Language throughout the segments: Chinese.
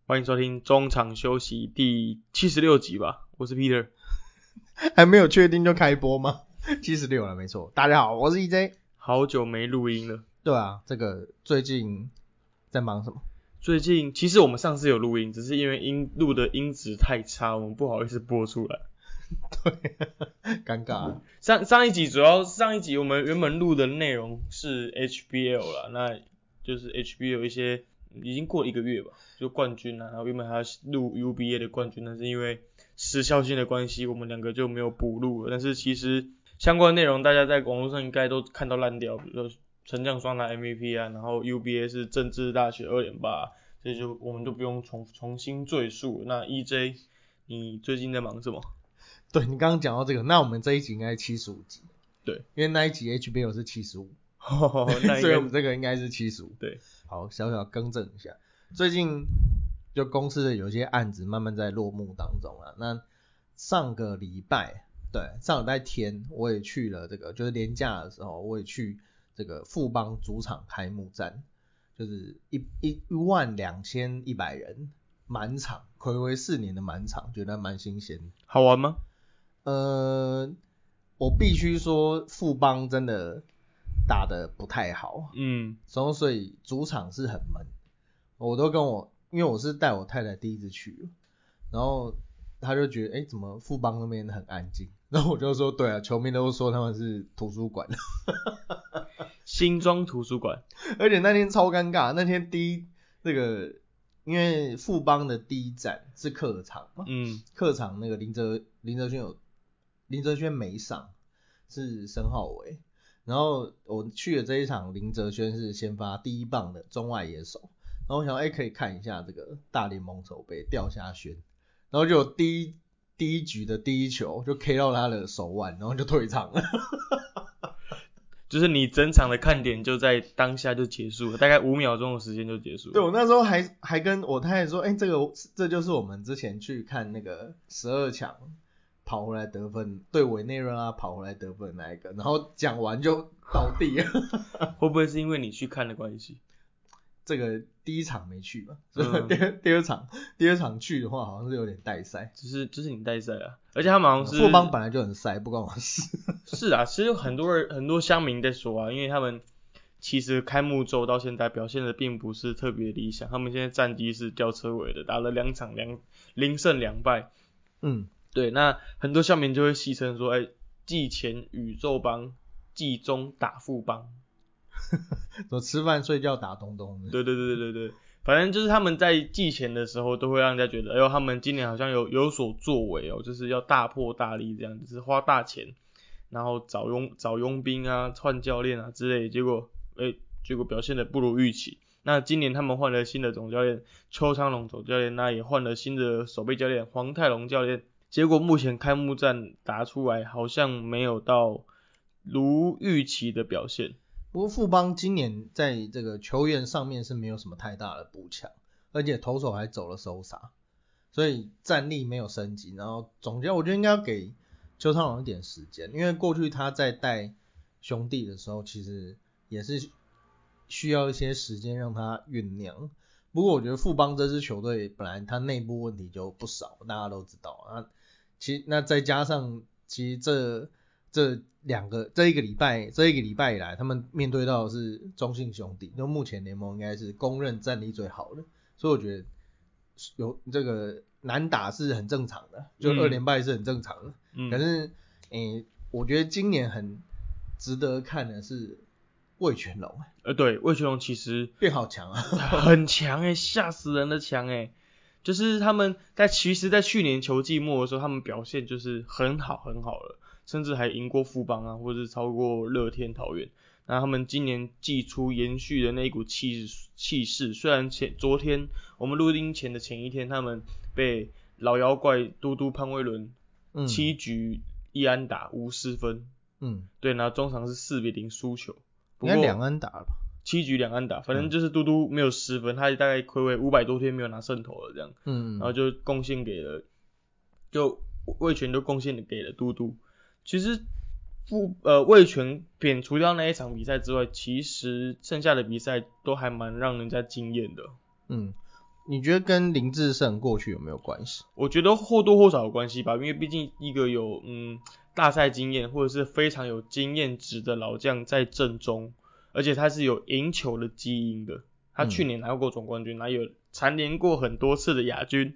欢迎收听中场休息第76集吧，我是 Peter。 还没有确定就开播吗？76了，没错。大家好，我是 EJ。 好久没录音了。 对啊，这个最近在忙什么？ 最近其实我们上次有录音，只是因为录的音质太差，我们不好意思播出来。 对，尴尬。 上一集我们原本录的内容是 HBL 啦，那就是 HBL 一些已经过了1个月吧，就冠军啊，然后原本还要录 UBA 的冠军，但是因为时效性的关系，我们两个就没有补录了。但是其实相关的内容大家在网络上应该都看到烂掉，比如说陈将双拿 MVP 啊，然后 UBA 是政治大学2.8，所以我们就不用重新赘述。那 EJ 你最近在忙什么？ 对，你刚刚讲到这个，那我们这一集应该是75集。 对， 因为那一集 HBL 是75， 所所以我们这个应该是75。 对， 好，小小更正一下。最近就公司的有些案子慢慢在落幕当中了。那上个礼拜天我也去了这个，就是连假的时候我也去这个富邦主场开幕战，就是12100人满场，睽违4年的满场，觉得蛮新鲜的。 好玩吗？ 我必须说富邦真的打得不太好，所以主场是很闷。因为我是带我太太第一次去，然后他就觉得怎么富邦那边很安静，然后我就说对啊，球迷都说他们是图书馆新庄图书馆。 而且那天超尴尬，那天因为富邦的第一站是客场嘛，客场那个林哲轩没上，是申浩伟。然后我去的这一场，林哲轩是先发第一棒的中外野手。然后我想可以看一下这个大联盟手背掉下轩，然后就有第一局的第一球就 K 到他的手腕，然后就退场了。 就是你整场的看点就在当下就结束了，大概5秒钟的时间就结束了。 对，我那时候还跟我太太说，这就是我们之前去看那个12强跑回来得分，对委内瑞拉跑回来得分那一个，然后讲完就倒地了。 会不会是因为你去看的关系？ 这个第一场没去嘛，所以第二场去的话，好像是有点带赛。 就是你带赛啊，而且他们好像是富邦本来就很赛，不关我事。 是啊，其实很多乡民在说啊，因为他们其实开幕周到现在表现的并不是特别理想，他们现在战绩是吊车尾的，打了2场0胜2败。对，那很多乡民就会戏称说，季前宇宙帮，季中打富邦。 我吃饭睡觉打东东的。 对，反正就是他们在季前的时候都会让人家觉得，他们今年好像有所作为哦，就是要大破大立这样，就是花大钱，然后找佣兵啊、换教练啊之类的，结果表现的不如预期。那今年他们换了新的总教练邱昌龙总教练，那也换了新的守备教练黄泰龙教练，结果目前开幕战打出来好像没有到如预期的表现。 不过富邦今年在这个球员上面是没有什么太大的补强，而且投手还走了收杀，所以战力没有升级。然后总教我觉得应该要给邱昌龙一点时间，因为过去他在带兄弟的时候，其实也是需要一些时间让他酝酿。不过我觉得富邦这支球队本来他内部问题就不少，大家都知道啊。那再加上其实这一个礼拜以来，他们面对到的是中信兄弟，就目前联盟应该是公认战力最好的，所以我觉得有这个难打是很正常的，就2连败是很正常的。可是我觉得今年很值得看的是味全龙。 对，味全龙其实变好强啊， 很强吓死人的强就是他们其实在去年球季末的时候，他们表现就是很好了，甚至还赢过富邦啊，或者是超过乐天桃园。那他们今年季初延续的那一股气势，虽然昨天我们录音前的前一天，他们被老妖怪嘟嘟潘威伦7局1安打无失分，对，然后中场是4-0输球， 应该2安打了吧 ？7局2安打，反正就是嘟嘟没有失分，他大概睽违500多天没有拿胜投了这样，然后就贡献给了，就味全都贡献给了嘟嘟。其实味全撇除掉那一场比赛之外，其实剩下的比赛都还蛮让人家惊艳的。 你觉得跟林志胜过去有没有关系？ 我觉得或多或少有关系吧，因为毕竟一个有大赛经验或者是非常有经验值的老将在阵中，而且他是有赢球的基因的。他去年拿过总冠军，还有蝉联过很多次的亚军。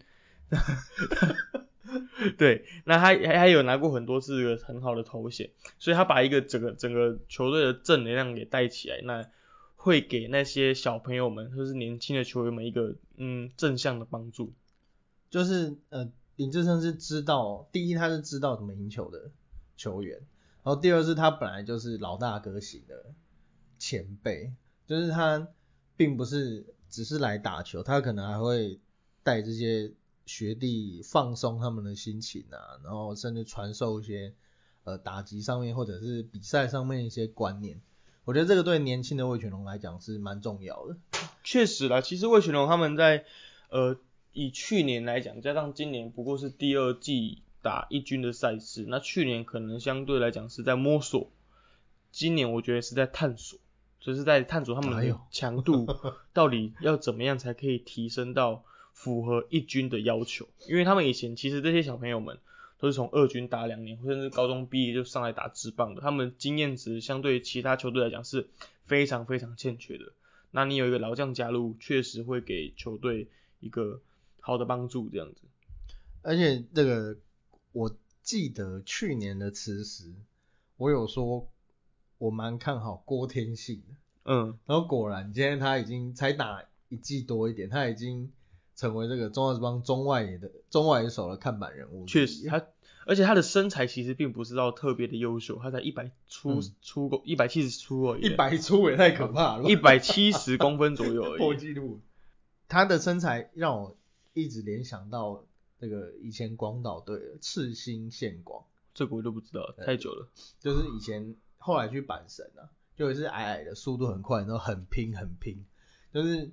对，那他还有拿过很多次的很好的头衔，所以他把一个整个球队的正能量给带起来，那会给那些小朋友们或是年轻的球员们一个正向的帮助。 就是林志胜是知道，第一他是知道怎么赢球的球员，然后第二是他本来就是老大哥型的前辈，就是他并不是只是来打球，他可能还会带这些学弟放松他们的心情啊，然后甚至传授一些打击上面或者是比赛上面一些观念。我觉得这个对年轻的味全龙来讲是蛮重要的。 确实啦，其实味全龙他们在以去年来讲，加上今年不过是第二季打一军的赛事，那去年可能相对来讲是在摸索，今年我觉得是在探索，就是在探索他们的强度到底要怎么样才可以提升到符合一军的要求，因为他们以前其实这些小朋友们都是从二军打2年，甚至高中毕业就上来打职棒的，他们经验值相对其他球队来讲是非常非常欠缺的。那你有一个老将加入，确实会给球队一个好的帮助，这样子。 而且这个我记得去年的词时，我有说我蛮看好郭天信的，然后果然今天他已经才打1季多一点，他已经成为这个中华职棒中外野手的看板人物。 确实，而且他的身材其实并不是到特别的优秀，他才170出而已。 100出也太可怕了 ，170公分左右而已。 破纪录。他的身材让我一直联想到这个以前广岛队的赤星宪广。 这个我就不知道，太久了。 就是以前后来去阪神啊，就也是矮矮的，速度很快，然后很拼，就是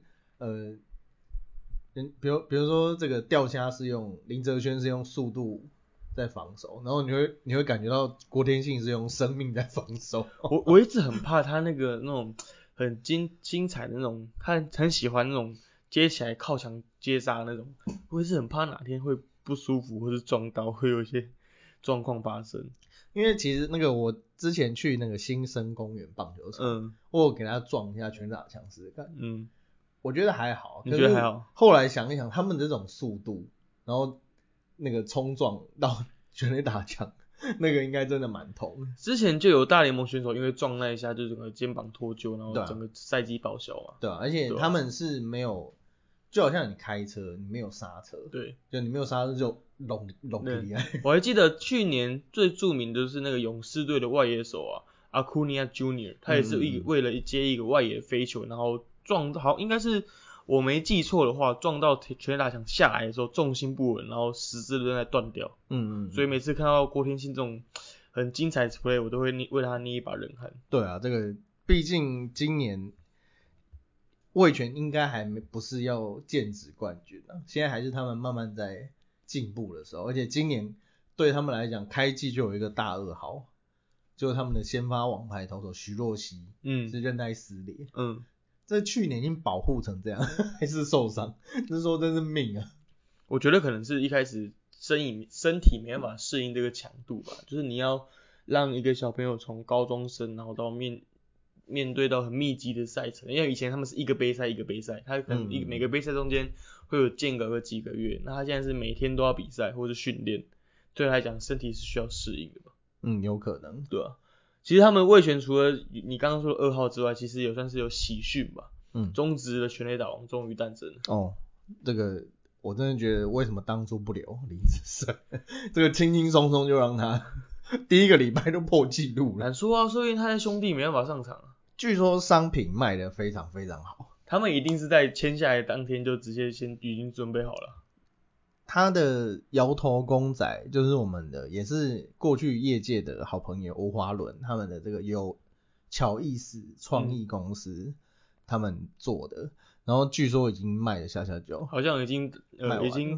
比如说这个钓虾是用林哲瑄是用速度在防守，然后你会感觉到郭天信是用生命在防守。 我一直很怕他那种很精彩的那种，他很喜欢那种接起来靠墙接杀那种，我一直很怕哪天会不舒服或是撞到，会有一些状况发生。 因为其实那个我之前去那个新生公园棒球场，我有给他撞一下拳打墙试试看，我觉得还好。 你觉得还好？ 后来想一想，他们这种速度，然后那个冲撞到全垒打墙，那个应该真的蛮痛。 之前就有大联盟选手因为撞那一下，就整个肩膀脱臼，然后整个赛季报销嘛。 对啊，而且他们是没有，就好像你开车，你没有刹车， 对， 就你没有刹车就拢厉害。 我还记得去年最著名的就是那个勇士队的外野手啊，Acuna Junior， 他也是为了接一个外野飞球，然后撞到，应该是我没记错的话，撞到全垒打墙下来的时候重心不稳，然后十字韧带断掉。所以每次看到郭天信这种很精彩的 play， 我都会为他捏一把冷汗。 对啊，这个毕竟今年味全应该还不是要剑指冠军啊，现在还是他们慢慢在进步的时候，而且今年对他们来讲开季就有一个大噩耗，就是他们的先发王牌投手徐若曦是韧带撕裂，这去年已经保护成这样还是受伤，这说真是命啊。 我觉得可能是一开始身体没办法适应这个强度吧，就是你要让一个小朋友从高中生然后到面对到很密集的赛程，因为以前他们是一个杯赛一个杯赛，他可能每个杯赛中间会有间隔个几个月，那他现在是每天都要比赛或者训练，对他来讲身体是需要适应的吧。 有可能。 对啊，其实他们味全除了你刚刚说的2号之外，其实也算是有喜讯吧。中职的全垒打王终于诞生了。 这个我真的觉得为什么当初不留林志胜，这个轻轻松松就让他第一个礼拜就破纪录了。 难说啊，所以他的兄弟没办法上场啊。 据说商品卖得非常非常好， 他们一定是在签下来当天就直接已经准备好了。 他的摇头公仔就是我们的，也是过去业界的好朋友欧华伦他们的这个有巧意思创意公司他们做的，然后据说已经卖了下脚， 好像已经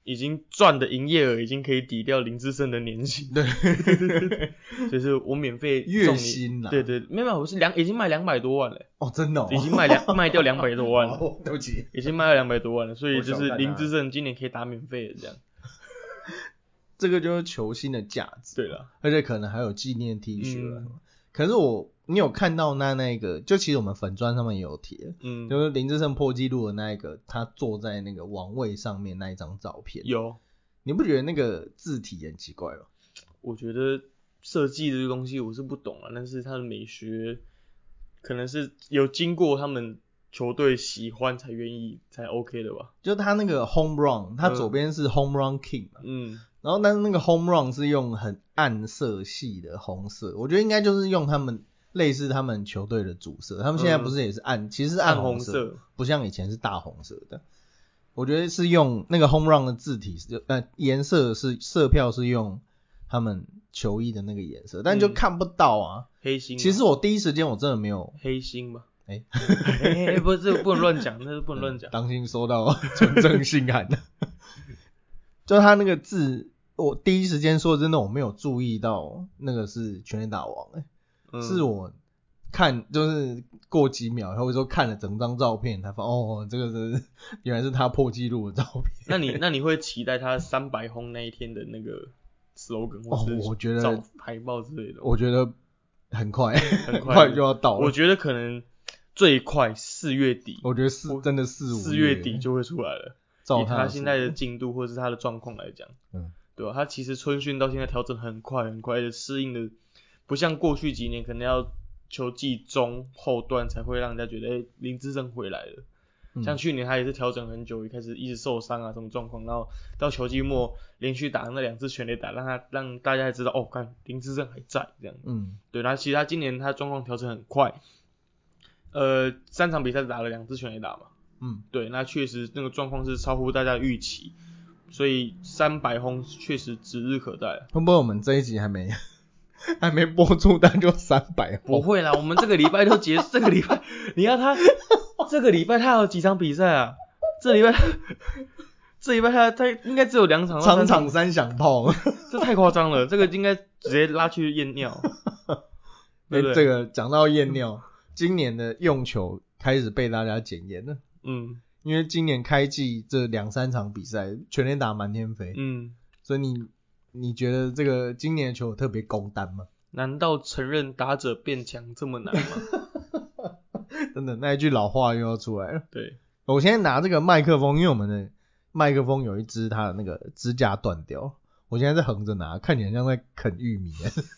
已经赚的营业额已经可以抵掉林志胜的年薪， 对， 就是我免费月薪啦， 对，没有，我是已经卖200多万了， 哦，真的哦， 已经卖掉200多万了， 对不起， 已经卖到200多万了，所以就是林志胜今年可以打免费的这样， 这个就是球星的价值， 对了， 而且可能还有纪念 T 恤，可是你有看到那个，就其实我们粉专上面也有贴，就是林志胜破纪录的那一个，他坐在那个王位上面那一张照片， 有， 你不觉得那个字体很奇怪吗？ 我觉得设计这个东西我是不懂啊，但是它的美学可能是有经过他们球队喜欢才愿意才 OK 的吧。 就他那个 home run， 他左边是 home run king 嘛，然后但是那个 home run 是用很暗色系的红色，我觉得应该就是用他们类似他们球队的主色，他们现在不是也是其实是暗红色，不像以前是大红色的。我觉得是用那个 home run 的字体颜色是色票是用他们球衣的那个颜色，但就看不到啊。 黑心。 其实我第一时间我真的没有黑心吧？不是，这个不能乱讲，那是不能乱讲。 当心收到纯正信函的。就他那个字，我第一时间说真的，我没有注意到那个是全垒打王是我看就是过几秒，然后说看了整张照片，才发现这个是原来是他破纪录的照片。 那你会期待他300轰那一天的那个 slogan 或是我觉得海报之类的？ 我觉得很快就要到了。 我觉得可能最快4月底， 我觉得真的4 月底就会出来了。以他现在的进度或是他的状况来讲，对吧？他其实春训到现在调整很快，的适应的，不像过去几年可能要球季中后段才会让人家觉得林志胜回来了。像去年他也是调整很久，一开始一直受伤啊什么状况，然后到球季末连续打那2次全垒打，让大家知道看林志胜还在这样。对，然后其实他今年他状况调整很快，3场比赛打了2次全垒打嘛。对，那确实那个状况是超乎大家的预期，所以300轰确实指日可待。 会不会我们这一集还没播出，但就300轰？ 不会啦，我们这个礼拜都结束，这个礼拜你要他这个礼拜他有几场比赛啊？这礼拜他应该只有2场， 场场3响炮， 这太夸张了，这个应该直接拉去验尿。对不对？ 这个讲到验尿，今年的用球开始被大家检验了。因为今年开季这2-3场比赛全垒打满天飞，所以你觉得这个今年的球有特别攻单吗？ 难道承认打者变强这么难吗？ 真的，那一句老话又要出来了。 对， 我现在拿这个麦克风，因为我们的麦克风有一只它的那个支架断掉，我现在在横着拿，看起来像在啃玉米。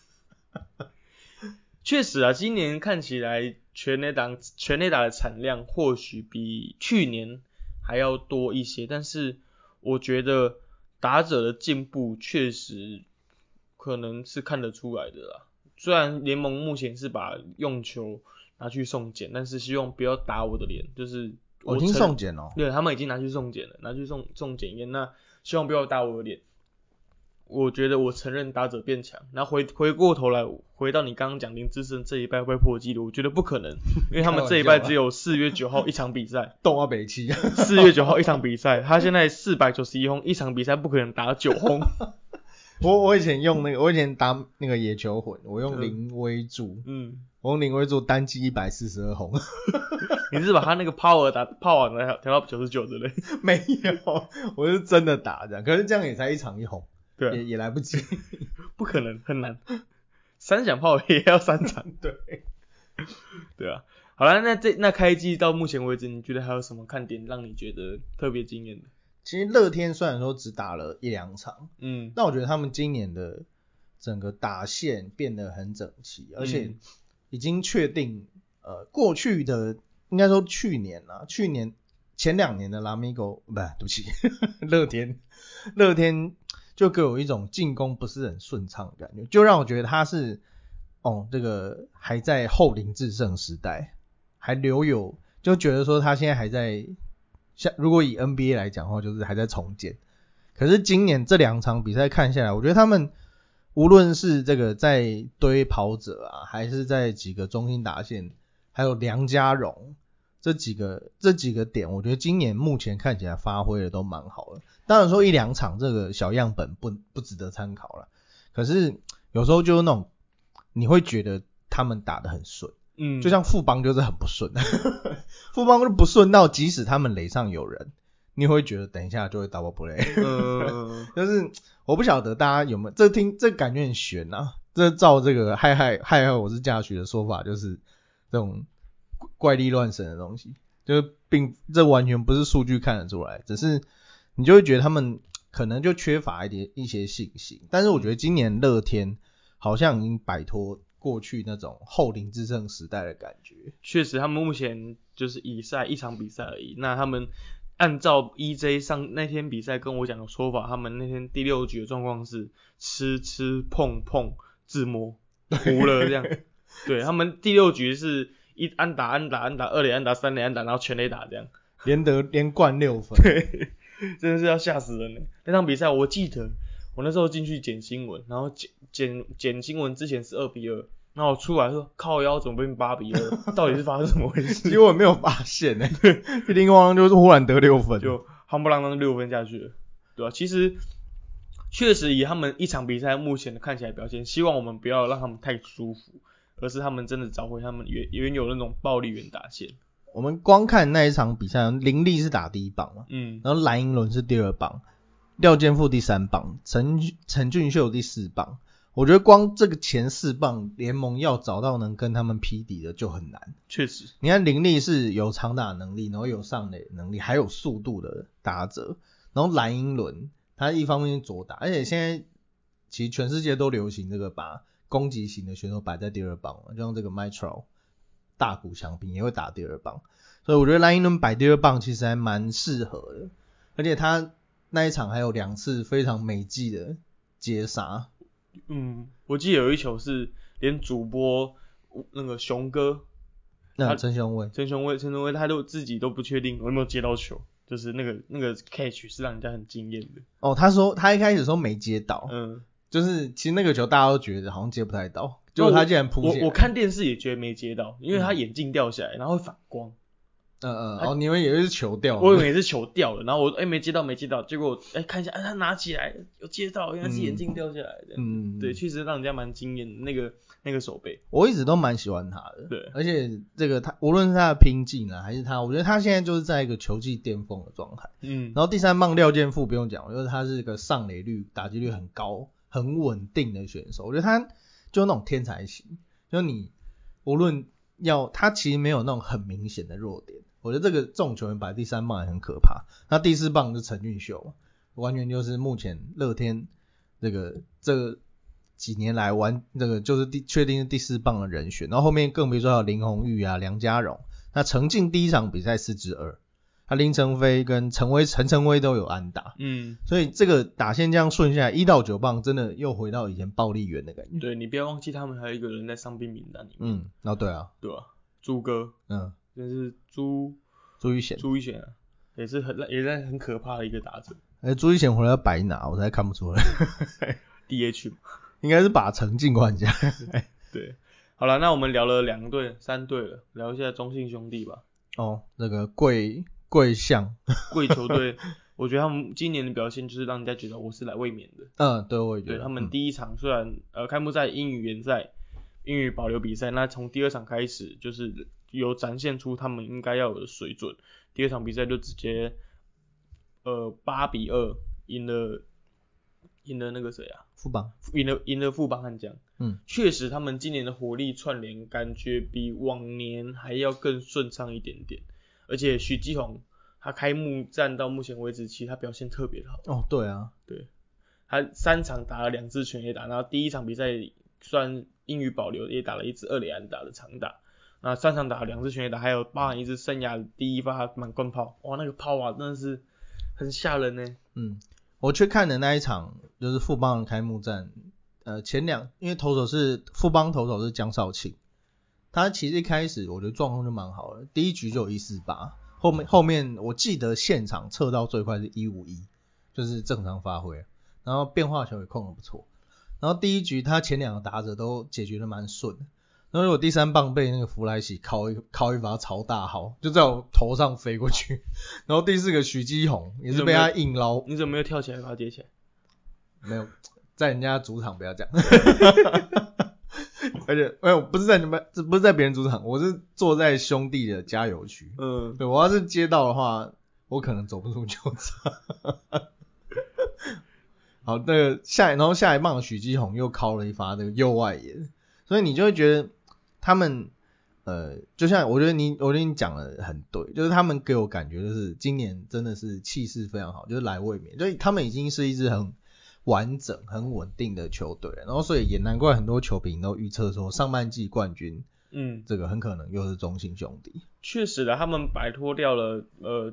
确实啊，今年看起来全垒打的产量或许比去年还要多一些，但是我觉得打者的进步确实可能是看得出来的啦。虽然联盟目前是把用球拿去送检，但是希望不要打我的脸，就是已经送检了。 对，他们已经拿去送检了，拿去送检验，那希望不要打我的脸。我觉得我承认打者变强，然后回过头来回到你刚刚讲林志胜这一拜会不会破纪录，我觉得不可能，因为他们这一拜只有4月9号一场比赛， 动啊北七 ，4月9号一场比赛，他现在491轰，一场比赛不可能打9轰。 我以前我以前打那个野球魂，我用林威柱，我用林威柱单季142轰。 你是把他那个 power 调到99的嘞？ 没有，我是真的打这样，可是这样也才一场1轰。 对， 也来不及。 不可能，很难，3响炮也要3场。对啊，好啦，那开季到目前为止，你觉得还有什么看点让你觉得特别惊艳的？ 其实乐天虽然说只打了1-2场，但我觉得他们今年的整个打线变得很整齐，而且已经确定，过去的应该说去年前2年的拉米狗，对不起，乐天就给我一种进攻不是很顺畅的感觉，就让我觉得他是这个还在后林志胜时代，还留有，就觉得说他现在还在，像如果以 NBA 来讲的话，就是还在重建。可是今年这2场比赛看下来，我觉得他们无论是这个在堆跑者啊，还是在几个中心打线，还有梁家荣这几个点，我觉得今年目前看起来发挥的都蛮好的。 当然说1-2场这个小样本不值得参考了，可是有时候就是那种你会觉得他们打得很顺，就像富邦就是很不顺，富邦就不顺到即使他们垒上有人，你会觉得等一下就会 double play，就是我不晓得大家有没有这感觉很悬啊，这照这个嗨我是驾许的说法，就是这种怪力乱神的东西，就是这完全不是数据看得出来，只是你就会觉得他们可能就缺乏一些信心。但是我觉得今年乐天好像已经摆脱过去那种后林智胜时代的感觉。 确实，他们目前就是一场比赛而已。那他们按照 EJ 上那天比赛跟我讲的说法，他们那天第6局的状况是吃碰自摸糊了这样。对，他们第6局是1安打2垒安打3垒安打，然后全垒打这样， 连灌6分。 对，真的是要吓死人了。那场比赛我记得我那时候进去剪新闻，然后剪新闻之前是2-2，然后我出来说靠腰怎么变8-2，到底是发生什么回事？ 结果没有发现叮叮咣咣就是忽然得6分， 就夯不啷当6分下去了，对吧？其实确实以他们一场比赛目前的看起来表现，希望我们不要让他们太舒服，而是他们真的找回他们原有那种暴力原打线。 我们光看那一场比赛，林立是打第1棒嘛，然后蓝寅伦是第2棒，廖健富第3棒，陈俊秀第4棒。我觉得光这个前4棒联盟要找到能跟他们匹敌的就很难。 确实， 你看林立是有长打能力，然后有上垒能力，还有速度的打者，然后蓝寅伦他一方面是左打，而且现在其实全世界都流行这个把攻击型的选手摆在第2棒，就像这个 Mitra 大谷翔平也会打第2棒，所以我觉得蓝寅伦摆第2棒其实还蛮适合的，而且他那一场还有2次非常美技的接杀。 我记得有一球是连主播那个熊哥， 陈雄威他都自己都不确定有没有接到球，就是那个 catch 是让人家很惊艳的。 哦，他说他一开始说没接到，就是其实那个球大家都觉得好像接不太到，结果他竟然扑下来。 我看电视也觉得没接到，因为他眼镜掉下来，然后会反光。 你们以为是球掉了？ 我以为是球掉了，然后我没接到，结果看一下，他拿起来有接到，原来是眼镜掉下来的。对，确实让人家蛮惊艳的那个手背。 我一直都蛮喜欢他的， 对， 而且这个他无论是他的拼劲啊，还是我觉得他现在就是在一个球技巅峰的状态。然后第3棒廖健富不用讲，就是他是一个上垒率、打击率很高、很稳定的选手。我觉得他就那种天才型，就你无论他其实没有那种很明显的弱点。我觉得这种球员摆第3棒也很可怕。那第4棒是陈俊秀，完全就是目前乐天这几年来这个就是确定是第4棒的人选。然后后面更别说有林泓育啊、梁家荣。那陈进第1场比赛4-2，他林承飞跟陈晨威都有安打。所以这个打线这样顺下来，1到9棒真的又回到以前暴力员的感觉。 对，你不要忘记他们还有一个人在伤病名单里面。 对啊， 朱哥，就是朱玉贤啊，也是很可怕的一个打者。 朱玉贤回来白拿，我才看不出来。 DH 应该是把陈进换下。 对，好了，那我们聊了2队、3队了，聊一下中信兄弟吧。 那个贵球队，我觉得他们今年的表现就是让人家觉得我是来卫冕的。对，我也觉得。 对，他们第1场虽然开幕赛英语联赛、英语保留比赛，那从第2场开始就是有展现出他们应该要有的水准。第2场比赛就直接8-2赢了那个谁啊？ 富邦。 赢了富邦悍将。确实他们今年的火力串联感觉比往年还要更顺畅一点点。而且许基宏他开幕战到目前为止，其实他表现特别的好。 对啊。 对，他3场打了2支全垒打，然后第1场比赛虽然英语保留也打了1支2垒安打的长打，那3场打了2支全垒打，还有包含1支生涯第1发满贯炮，哇，那个炮啊真的是很吓人呢。 我去看的那一场就是富邦的开幕战，因为富邦投手是江少庆，他其实一开始我觉得状况就蛮好的，第1局就有148，后面我记得现场测到最快是151，就是正常发挥，然后变化球也控得不错，然后第1局他前2个打者都解决得蛮顺的， 然后如果第3棒被那个弗莱喜敲一发超大号，就在我头上飞过去，然后第4个许基宏也是被他硬捞。 你怎么没有跳起来把他接起来？ 没有，在人家主场不要这样。而且不是在别人主场，我是坐在兄弟的加油区。对，我要是接到的话，我可能走不出球场。好，然后下一棒许基宏又敲了一发这个右外野，所以你就会觉得他们就像我觉得你讲的很对，就是他们给我感觉就是今年真的是气势非常好，就是来卫冕，所以他们已经是一支很完整很稳定的球队，然后所以也难怪很多球评都预测说上半季冠军这个很可能又是中信兄弟。 确实的，他们摆脱掉了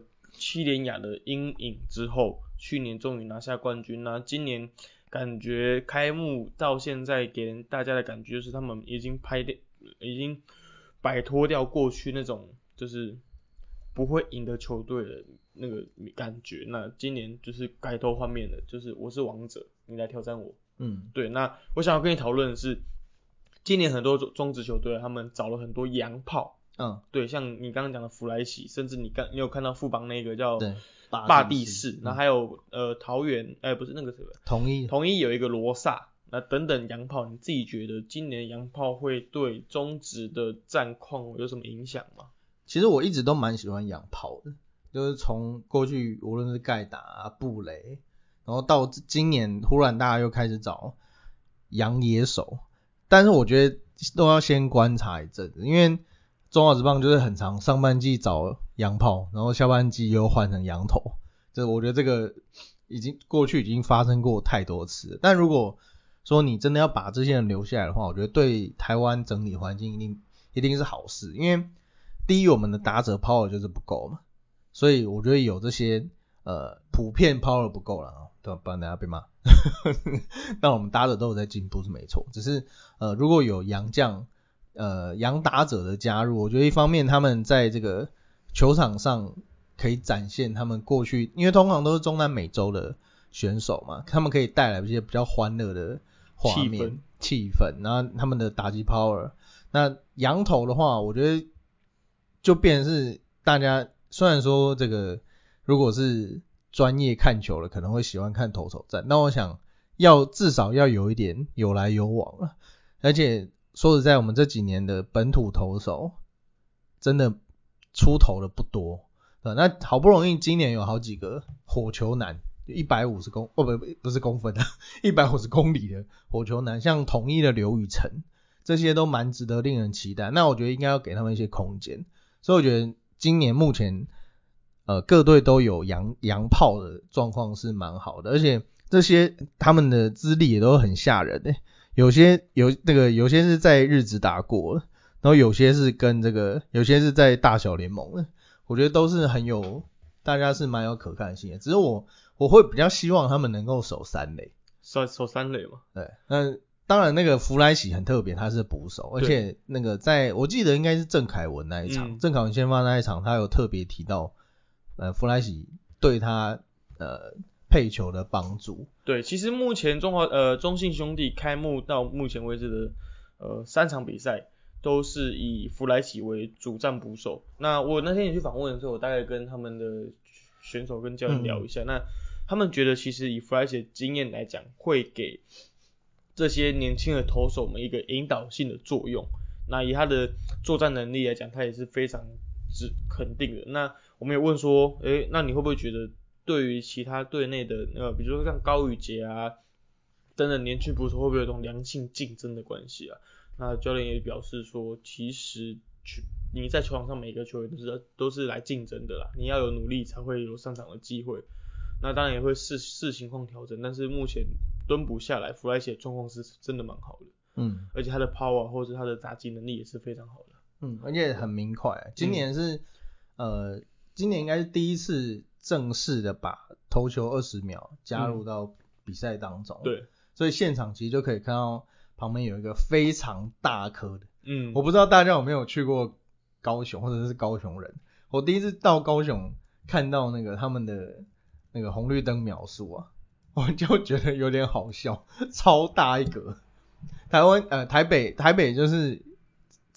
7连亚的阴影之后，去年终于拿下冠军。那今年感觉开幕到现在给人大家的感觉就是他们已经摆脱掉过去那种就是不会赢的球队的那个感觉。那今年就是改头换面了，就是我是王者，你来挑战我。对。那我想要跟你讨论的是，今年很多中职球队他们找了很多洋炮。对，像你刚刚讲的弗莱喜，甚至你有看到富邦那个叫霸地士，然后还有桃园不是那个什么统一有一个罗萨，那等等洋炮，你自己觉得今年洋炮会对中职的战况有什么影响吗？ 其实我一直都蛮喜欢洋炮的，就是从过去无论是盖达布雷，然后到今年忽然大家又开始找洋野手，但是我觉得都要先观察一阵子，因为中华职棒就是很长，上半季找洋炮，然后下半季又换成洋头，我觉得这个过去已经发生过太多次了。但如果说你真的要把这些人留下来的话，我觉得对台湾整体环境一定是好事，因为第一我们的打者 power 就是不够嘛，所以我觉得有这些普遍 power 不够啦，对，不然大家被骂。但我们打者都有在进步是没错，只是如果有洋将洋打者的加入，我觉得一方面他们在这个球场上可以展现他们过去，因为通常都是中南美洲的选手嘛，他们可以带来一些比较欢乐的画面气氛，然后他们的打击 power。那洋投的话，我觉得就变成是大家虽然说这个如果是专业看球的可能会喜欢看投手战，那我想至少要有一点有来有往了，而且说实在我们这几年的本土投手真的出头的不多，那好不容易今年有好几个火球男150公不是公分的150公里的火球男，像统一的刘宇辰，这些都蛮值得令人期待，那我觉得应该要给他们一些空间，所以我觉得今年目前各队都有洋炮的状况是蛮好的，而且这些他们的资历也都很吓人有些是在日职打过了，然后有些是在大小联盟的，我觉得都是大家是蛮有可看性的，只是我会比较希望他们能够守三垒， 守三垒嘛。 对，那当然那个弗莱喜很特别，他是捕手，而且那个我记得应该是郑凯文那一场，郑凯文先发那一场，他有特别提到弗莱喜对他配球的帮助。 对，其实目前中信兄弟开幕到目前为止的3场比赛都是以弗莱喜为主战捕手。那我那天也去访问的时候，我大概跟他们的选手跟教练聊一下，那他们觉得其实以弗莱喜的经验来讲，会给这些年轻的投手们一个引导性的作用。那以他的作战能力来讲，他也是非常肯定的。那我们也问说，那你会不会觉得对于其他队内的比如说像高宇杰啊等等年轻捕手会不会有一种良性竞争的关系啊？那教练也表示说，其实你在球场上每个球员都是来竞争的啦，你要有努力才会有上场的机会。那当然也会视情况调整，但是目前蹲捕下来，弗莱喜的状况是真的蛮好的。而且他的 power 或者他的打击能力也是非常好的。 而且很明快。今年应该是第一次正式的把投球20秒加入到比赛当中。 对， 所以现场其实就可以看到旁边有一个非常大颗的。我不知道大家有没有去过高雄或者是高雄人。我第一次到高雄看到那个他们的那个红绿灯秒数啊，我就觉得有点好笑，超大一格。台北就是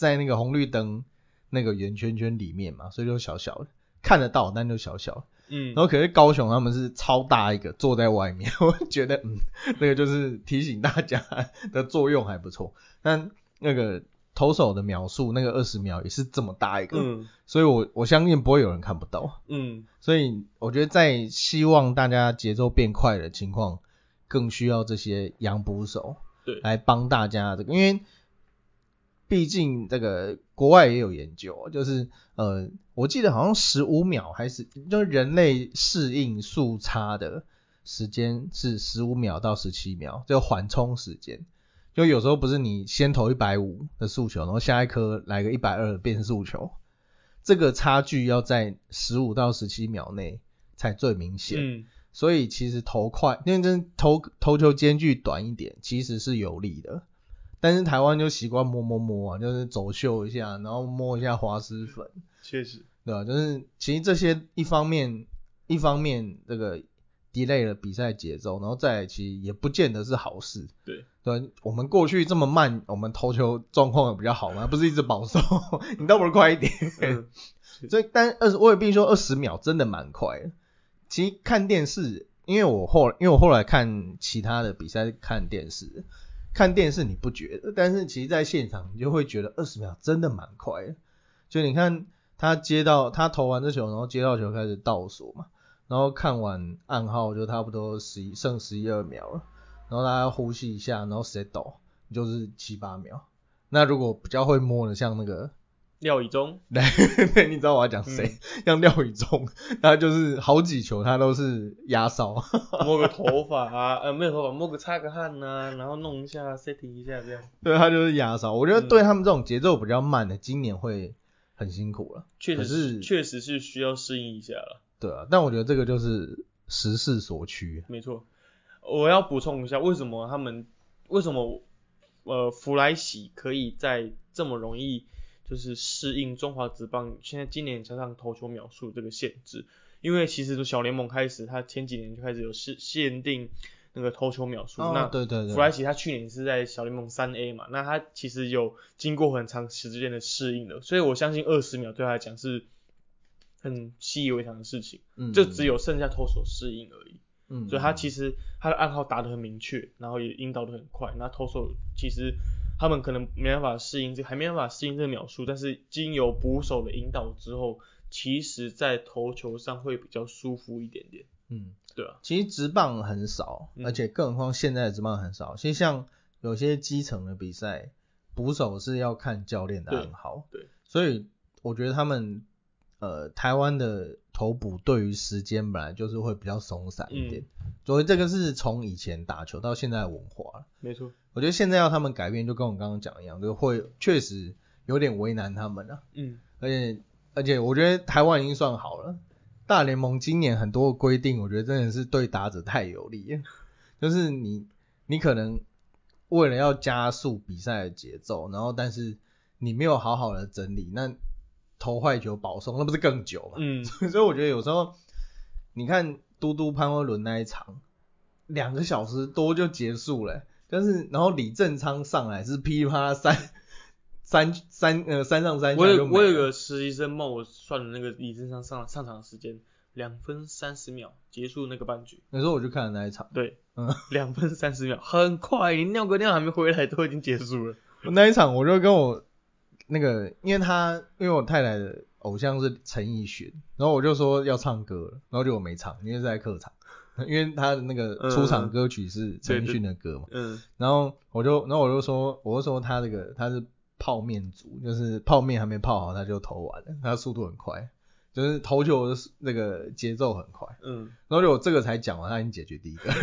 在那个红绿灯那个圆圈圈里面嘛，所以就小小的看得到，但就小小的。然后可是高雄他们是超大一个坐在外面，我觉得那个就是提醒大家的作用还不错。但那个投手的秒数那个20秒也是这么大一个，所以我相信不会有人看不到。所以我觉得在希望大家节奏变快的情况，更需要这些洋捕手来帮大家这个，因为毕竟这个国外也有研究，就是我记得好像15秒还是就是人类适应速差的时间是15秒到17秒，这个缓冲时间。就有时候不是你先投150的速球，然后下一颗来个120的变速球，这个差距要在15到17秒内才最明显。所以其实投快，因为投球间距短一点，其实是有利的。但是台湾就习惯摸啊，就是走秀一下，然后摸一下滑石粉。 确实， 对吧？就是其实这些一方面这个 delay 了比赛节奏，然后再来其实也不见得是好事。 对， 我们过去这么慢，我们投球状况比较好吗？不是一直保守，你倒不如快一点。所以我也必须说20秒真的蛮快的。其实看电视，因为我后来看其他的比赛看电视你不觉得，但是其实在现场你就会觉得20秒真的蛮快的。就你看他投完这球，然后接到球开始倒数嘛，然后看完暗号就差不多剩11、12秒了，然后大家呼吸一下，然后 settle 就是7、8秒。那如果比较会摸的，像那个廖以中， 对，你知道我要讲谁？像廖以中，他就是好几球他都是压哨， 摸个头发啊，没有头发，擦个汗啊，然后弄一下 setting 一下这样。 对，他就是压哨。我觉得对他们这种节奏比较慢的，今年会很辛苦了。 确实是需要适应一下了。 对啊，但我觉得这个就是时势所趋。 没错，我要补充一下，为什么弗莱喜可以在这么容易就是适应中华职棒现在今年加上投球秒数这个限制，因为其实从小联盟开始，他前几年就开始有限定那个投球秒数。那对， 弗莱喜他去年是在小联盟3A 嘛，那他其实有经过很长时间的适应的，所以我相信20秒对他来讲是很习以为常的事情，就只有剩下投手适应而已。所以他其实他的暗号打得很明确，然后也引导得很快。那投手其实他们可能没办法适应还没办法适应这个秒数，但是经由捕手的引导之后，其实在投球上会比较舒服一点点。对啊。 其实职棒很少，而且更何况现在的职棒很少。其实像有些基层的比赛，捕手是要看教练的暗号。 对。 所以我觉得他们台湾的投捕对于时间本来就是会比较松散一点，所以这个是从以前打球到现在的文化。 没错， 我觉得现在要他们改变，就跟我刚刚讲一样，就会确实有点为难他们了。而且我觉得台湾已经算好了，大联盟今年很多规定，我觉得真的是对打者太有利了。就是你可能为了要加速比赛的节奏，然后但是你没有好好的整理，那投坏球保送，那不是更久吗？所以我觉得有时候你看嘟嘟潘威伦那一场2个小时多就结束了，但是然后李正昌上来是噼里啪啦3上3下就没了。 我有个实习生帮我算了那个李正昌上场的时间，2分30秒结束那个半局。 那时候我就看了那一场。 对，2分30秒，很快，你尿个尿还没回来都已经结束了。 那一场我就跟我那个，因为我太太的偶像是陈奕迅，然后我就说要唱歌了，然后就我没唱，因为是在客场，因为他的那个出场歌曲是陈奕迅的歌嘛。然后我就说他是泡面族，就是泡面还没泡好他就投完了，他速度很快，就是投球的那个节奏很快。然后就我这个才讲完，他已经解决第一个，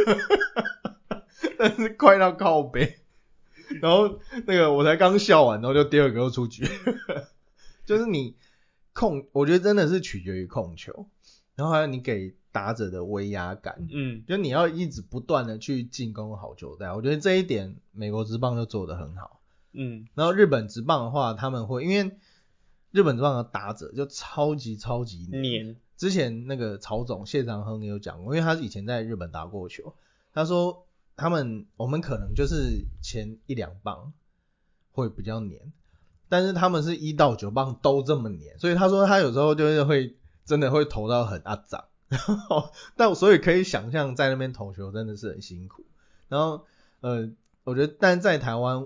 但是快到靠北。然后那个我才刚笑完，然后就第二个又出局。就是我觉得真的是取决于控球，然后还有你给打者的威压感。就你要一直不断的去进攻好球带，我觉得这一点美国职棒就做得很好。然后日本职棒的话，他们会因为日本职棒的打者就超级黏。之前那个曹总谢长亨也有讲过，因为他以前在日本打过球，他说我们可能就是前1-2棒会比较黏， 但是他们是1到9棒都这么黏，所以他说他有时候就是会真的会投到很阿杂，但所以可以想象在那边投球真的是很辛苦。然后我觉得但在台湾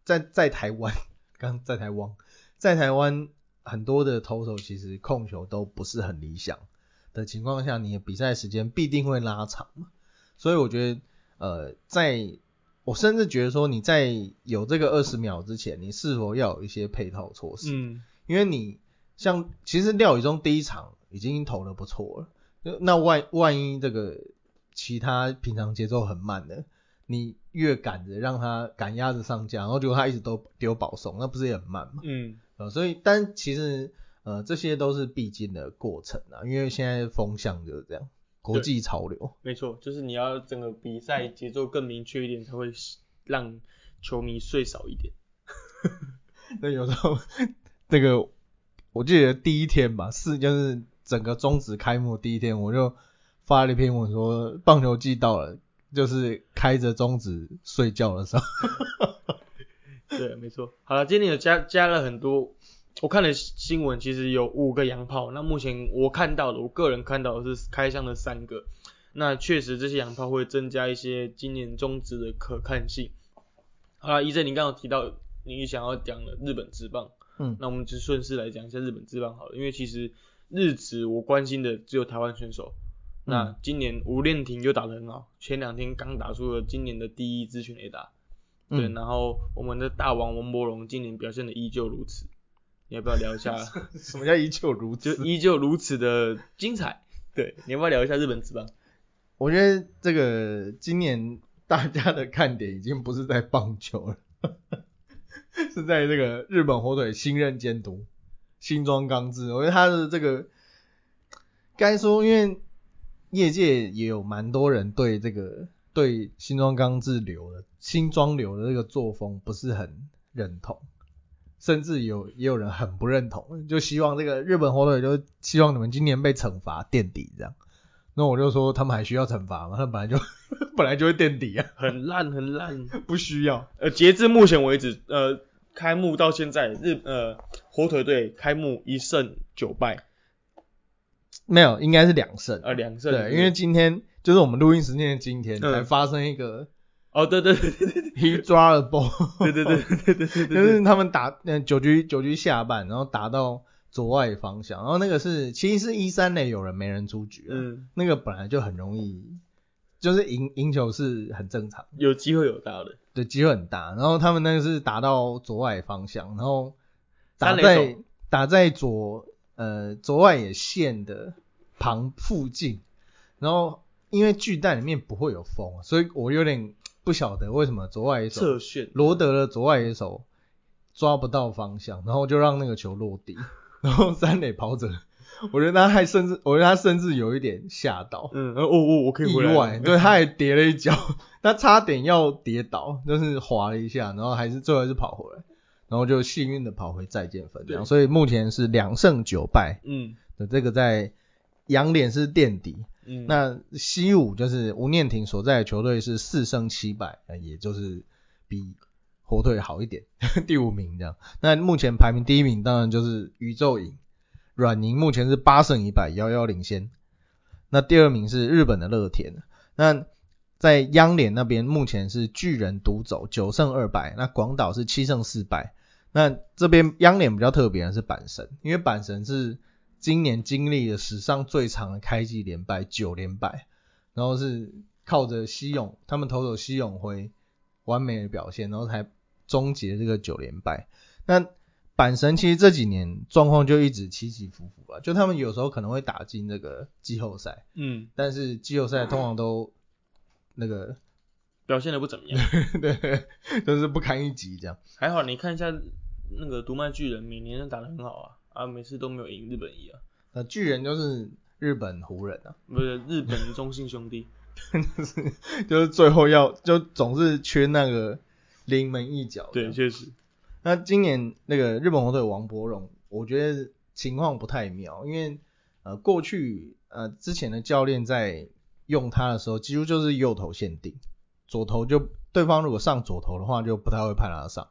在台湾很多的投手其实控球都不是很理想的情况下，你的比赛时间必定会拉长嘛。所以我觉得我甚至觉得说你在有这个20秒之前，你是否要有一些配套措施？因为你像其实廖宇中第一场已经投得不错了，那万一这个其他平常节奏很慢的，你越赶着让他赶鸭子上架，然后结果他一直都丢保送，那不是也很慢吗？所以但其实这些都是必经的过程啊，因为现在风向就是这样。国际潮流， 没错，就是你要整个比赛节奏更明确一点，才会让球迷睡少一点。 那有时候那个我记得第一天吧，就是整个中职开幕第一天，我就发了一篇文说棒球季到了，就是开着中职睡觉的时候。 对，没错。好了，今天有加了很多。我看的新闻其实有5个洋炮，那目前我个人看到的是开箱的3个，那确实这些洋炮会增加一些今年中职的可看性。好啦，一正你刚刚有提到你想要讲的日本职棒，那我们就顺势来讲一下日本职棒好了，因为其实日职我关心的只有台湾选手，那今年吴念庭又打得很好，前2天刚打出了今年的第1支全垒打，对，然后我们的大王王柏融今年表现的依旧如此。你要不要聊一下？ 什么叫依旧如此？ 就依旧如此的精彩。对，你要不要聊一下日本职棒？ 我觉得这个今年大家的看点已经不是在棒球了，是在这个日本火腿新任监督新庄刚志。我觉得他的这个该说，因为业界也有蛮多人对新庄刚志新庄流的这个作风不是很认同。甚至也有人很不认同，就希望这个日本火腿就希望你们今年被惩罚垫底这样。那我就说他们还需要惩罚吗？他们本来就会垫底啊， 很烂， 不需要。 截至目前为止，开幕到现在，火腿队开幕1胜9败， 没有，应该是2胜。 2胜。 对，因为今天就是我们录音时间的今天才发生一个。 对 he draw a ball 对， 就是他们打9局下半，然后打到左外方向，然后那个其实是1-3垒有人没人出局那个本来就很容易，就是赢球是很正常， 有机会有到的， 对，机会很大。然后他们那个是打到左外方向，然后打在左外野线的附近，然后因为巨蛋里面不会有风，所以我有点不晓得为什么左外野手侧旋罗德的左外野手抓不到方向，然后就让那个球落地，然后三垒跑者，我觉得他甚至有一点吓到， 我可以回来， 意外，对，他还跌了一跤，他差点要跌倒，就是滑了一下，然后最后还是跑回来，然后就幸运的跑回再见分这样，所以目前是2胜9败，的这个在洋联是垫底。那西武就是吴念庭所在的球队是4胜7败，也就是比火腿好一点，第5名这样。那目前排名第1名当然就是宇宙鹰，软银目前是8胜1败，遥遥领先。那第2名是日本的乐天。那在央联那边目前是巨人独走9胜2败，那广岛是7胜4败。那这边央联比较特别的是阪神，因为阪神是今年经历了史上最长的开季连败9连败，然后是靠着他们投手西勇辉完美的表现，然后才终结这个9连败。那阪神其实这几年状况就一直起起伏伏就他们有时候可能会打进这个季后赛，但是季后赛通常都那个表现的不怎么样， 对，就是不堪一击这样。 还好你看一下那个读卖巨人，每年都打得很好每次都没有赢日本一巨人就是日本湖人不是日本中信兄弟， 就是最后就总是缺那个临门一脚。 对，确实。 那今年那个日本火腿王柏融，我觉得情况不太妙，因为过去之前的教练在用他的时候，几乎就是右投限定，左投就对方如果上左投的话，就不太会派他上。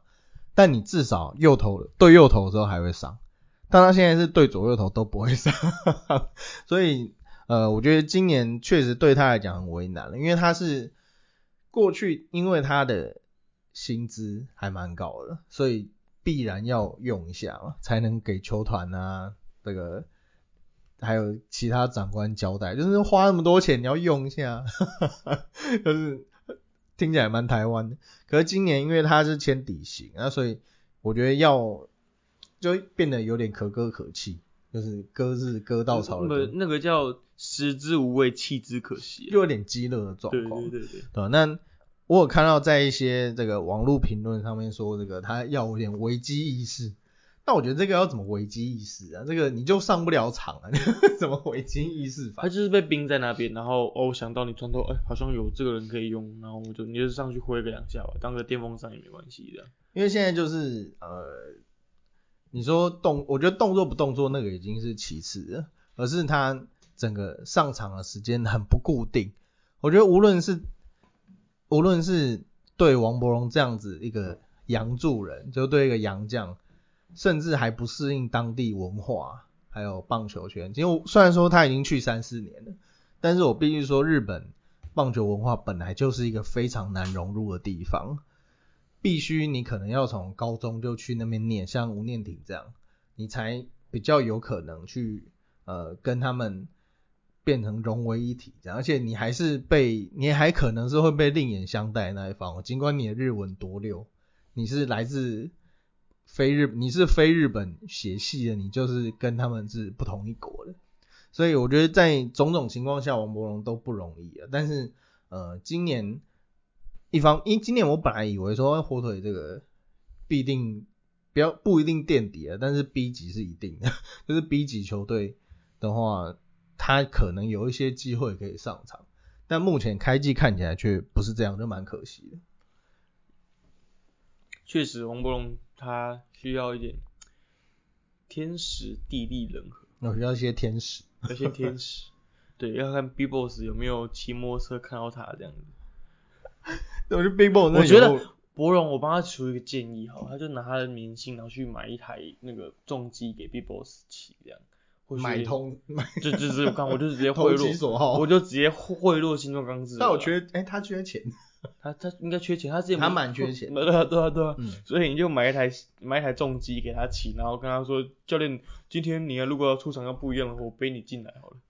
但你至少对右投的时候还会上，但他现在是对左右投都不会上，所以我觉得今年确实对他来讲很为难了，因为他是过去因为他的薪资还蛮高的，所以必然要用一下嘛，才能给球团啊这个还有其他长官交代，就是花那么多钱你要用一下，就是听起来蛮台湾的。可是今年因为他是签底薪，那所以我觉得就变得有点可歌可泣，就是歌是歌稻草的歌， 那个叫食之无味，弃之可惜， 就有点激烈的状况。 对。 那我有看到在一些这个网络评论上面说，这个他要有点危机意识。那我觉得这个要怎么危机意识啊？这个你就上不了场啊，怎么危机意识法？ 他就是被冰在那边，然后想到你传投，好像有这个人可以用，然后你就上去挥个2下吧，当个电风扇也没关系的。 因为现在就是你说我觉得动作不动作那个已经是其次了，而是他整个上场的时间很不固定。我觉得无论是对王柏融这样子一个洋助人，就对一个洋将，甚至还不适应当地文化还有棒球圈，其实虽然说他已经去3-4年了，但是我必须说日本棒球文化本来就是一个非常难融入的地方，必须你可能要从高中就去那边念，像吴念庭这样，你才比较有可能去跟他们变成融为一体这样，而且你还可能是会被另眼相待的那一方，尽管你的日文多溜，你是来自你是非日本血系的，你就是跟他们是不同一国的，所以我觉得在种种情况下王柏融都不容易啊。但是今年今年我本来以为说火腿这个不一定垫底啊，但是 B 级是一定的，就是 B 级球队的话他可能有一些机会可以上场，但目前开季看起来却不是这样，就蛮可惜的。 确实王柏融他需要一点天时地利人和， 需要一些天使， 有些天使对，要看 B-Boss 有没有骑摩托车看到他这样子。 我觉得 B-Boss 我觉得柏融我帮他出一个建议好，他就拿他的年薪然后去买一台那个重机给 B-Boss 骑这样。就是我就直接贿赂，我就直接贿赂新庄刚志。 但我他缺钱， 他应该缺钱，他蛮缺钱。 对啊，所以你就买一台重机给他骑，然后跟他说，教练，今天你如果要出场要不一样的话，我背你进来好了。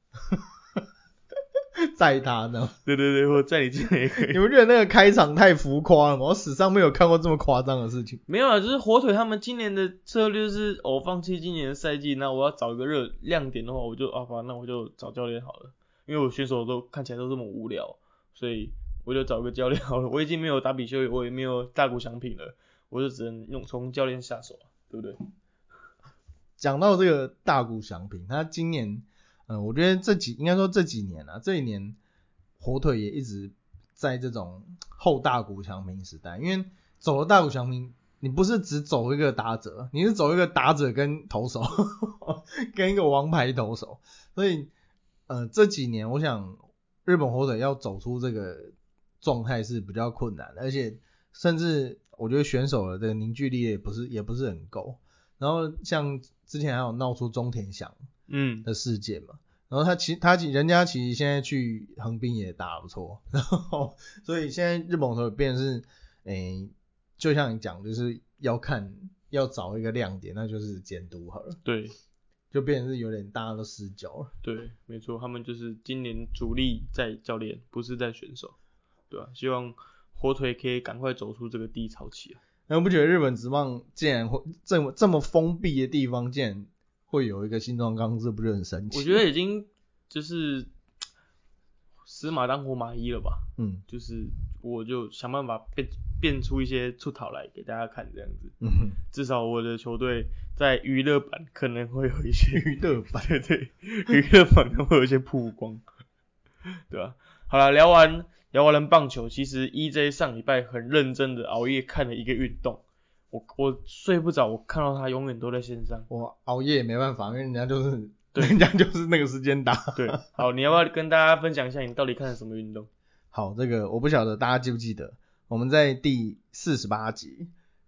载他呢？ 对，我载你进来也可以。 你们觉得那个开场太浮夸了吗？我史上没有看过这么夸张的事情。 没有啊，就是火腿他们今年的策略是，放弃今年的赛季，那我要找一个亮点的话，那我就找教练好了，因为我选手都看起来都这么无聊，所以我就找一个教练好了。我已经没有达比修，我也没有大谷翔平了，我就只能从教练下手，对不对？ 讲到这个大谷翔平，他今年我觉得应该说这几年啊，这一年火腿也一直在这种后大谷翔平时代，因为走了大谷翔平，你不是只走一个打者，你是走一个打者跟投手跟一个王牌投手，所以这几年我想日本火腿要走出这个状态是比较困难的，而且甚至我觉得选手的这个凝聚力也不是很够，然后像之前还有闹出中田翔的事件嘛，然后人家其实现在去横滨也打得不错，然后所以现在日本火腿变成是就像你讲，就是要找一个亮点，那就是监督好了。 对， 就变成是有点大家都失焦了。 对，没错，他们就是今年主力在教练，不是在选手，对吧？希望火腿可以赶快走出这个低潮期啊。 那不觉得日本职棒竟然会这么封闭的地方，竟然会有一个新庄刚志，不是很神奇？ 我觉得已经就是死马当活马医了吧。就是我就想办法变出一些出头来给大家看这样子。至少我的球队在娱乐版可能会有一些娱乐版， 对，娱乐版可能会有一些曝光，对吧？好了，聊完了棒球，其实 EJ 上礼拜很认真的熬夜看了一个运动，我睡不着，我看到他永远都在线上。 我熬夜也没办法，因为人家就是那个时间打。 对，好，你要不要跟大家分享一下你到底看了什么运动？ 好，这个我不晓得大家记不记得，我们在第48集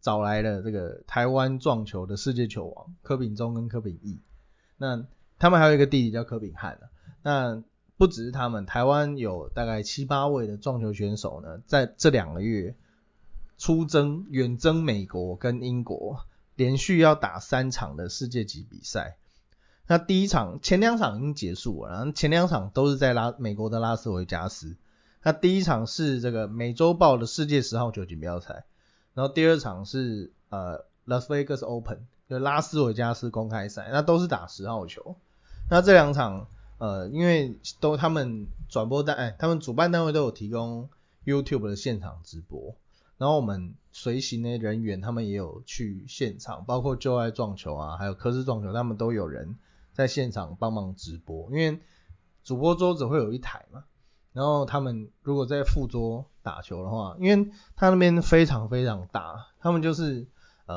找来了这个台湾撞球的世界球王柯秉中跟柯秉义，那他们还有一个弟弟叫柯秉翰那不只是他们，台湾有大概7、8位的撞球选手呢，在这2个月远征美国跟英国，连续要打3场的世界级比赛。那前2场已经结束了，然后前2场都是在美国的拉斯维加斯。那第一场是这个美洲豹的世界10号球锦标赛，然后第2场是Las Vegas Open， 就拉斯维加斯公开赛，那都是打10号球。那这2场因为他们他们主办单位都有提供 YouTube 的现场直播，然后我们随行的人员他们也有去现场，包括就爱撞球啊，还有科斯撞球，他们都有人在现场帮忙直播，因为主播桌子会有一台嘛，然后他们如果在副桌打球的话，因为他那边非常非常大，他们就是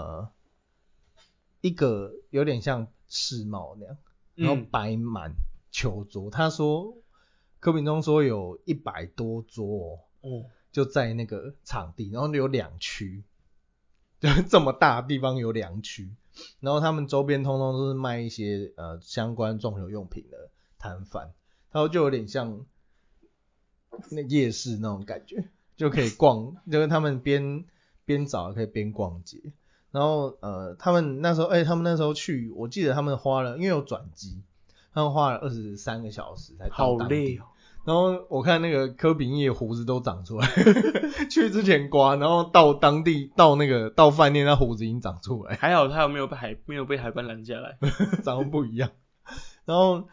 一个有点像世贸那样，然后摆满球桌，他说柯秉中说有100多桌就在那个场地，然后有2区，就这么大的地方有2区，然后他们周边通通都是卖一些相关撞球用品的摊贩，然后就有点像那夜市那种感觉，就可以逛，就是他们边找可以边逛街。然后他们那时候去，我记得他们花了，因为有转机，他们花了23个小时才到当地。好累哦。然后我看那个柯秉义胡子都长出来，去之前刮，然后到当地到饭店，他胡子已经长出来。 还好他没有被海关拦下来， 长得不一样。然后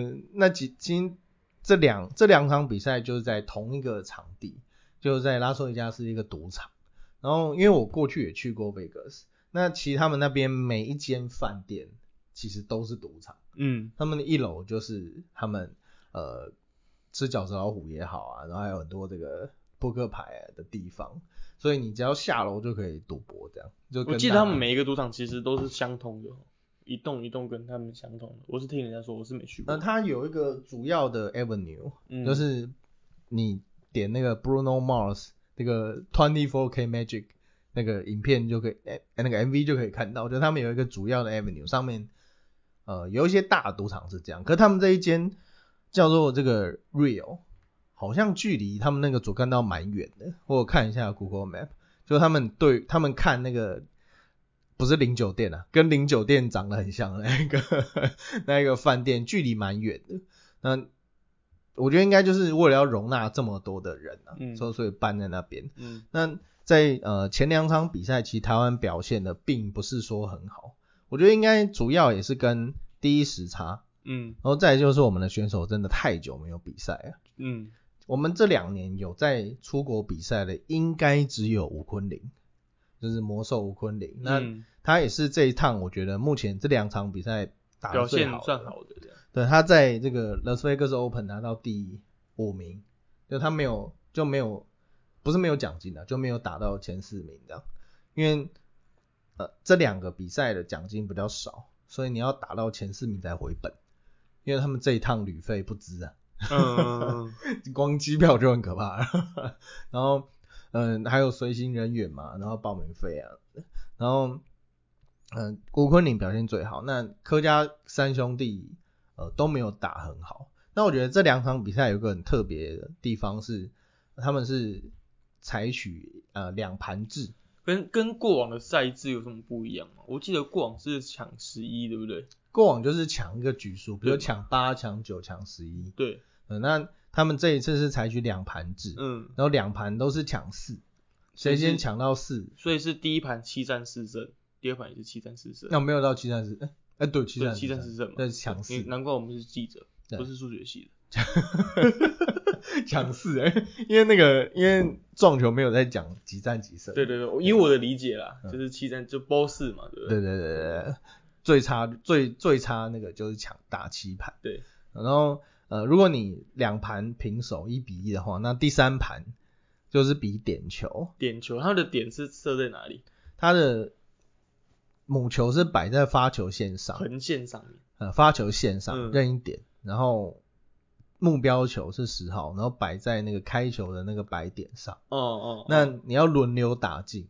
这两场比赛就是在同一个场地，就是在拉斯维加斯一个赌场。然后因为我过去也去过 Vegas， 那其实他们那边每一间饭店其实都是赌场。他们的1楼就是他们吃饺子老虎也好啊，然后还有很多这个扑克牌的地方，所以你只要下楼就可以赌博这样。 我记得他们每一个赌场其实都是相通的，一栋一栋跟他们相同的。我是听人家说，我是没去过。 它有一个主要的 Avenue，就是你点那个 Bruno Mars 那个 24K Magic 那个影片就可以，那个 MV 就可以看到，就他们有一个主要的 Avenue 上面，有一些大赌场是这样，可是他们这一间叫做这个 Real， 好像距离他们那个主干道蛮远的。我有看一下 Google Map， 就他们看那个不是零酒店跟零酒店长得很像的那个饭店，距离蛮远的。那我觉得应该就是为了要容纳这么多的人所以搬在那边。那在前2场比赛，其实台湾表现的并不是说很好，我觉得应该主要也是跟第一时差。然后再来就是我们的选手真的太久没有比赛了。我们这2年有在出国比赛的，应该只有吴昆凌，就是魔兽吴昆凌。那他也是这一趟我觉得目前这2场比赛打得最好的，表现算好的这样。 对，他在这个 Las Vegas Open 拿到第5名，就他不是没有奖金就没有打到前4名这样。因为这2个比赛的奖金比较少，所以你要打到前4名才回本。因为他们这一趟旅费不支光机票就很可怕然后还有随行人员嘛，然后报名费然后吴昆凌表现最好，那柯家3兄弟都没有打很好。那我觉得这2场比赛有个很特别的地方是，他们是采取2盘制， 跟过往的赛制有什么不一样吗？我记得过往是抢11，对不对？ 过往就是抢一个局数，比如抢8、抢9、抢11。 对。 那他们这一次是采取2盘制，然后2盘都是抢4，谁先抢到4， 所以是第一盘7战4胜，第2盘也是7战4胜。 那没有到7战4，对，7战 4胜嘛， 对，抢4。 难怪我们是记者，不是数学系的。 抢4因为撞球没有在讲几战几胜。 对，以我的理解啦，就是7战就包4嘛，对不对？ 对，最差那个就是抢大7盘。 对， 然后如果你2盘平手1-1的话，那第3盘就是比点球。 它的点是设在哪里？ 它的母球是摆在发球线上， 横线上面。 发球线上任意点，然后目标球是10号，然后摆在那个开球的那个摆点上。那你要轮流打进，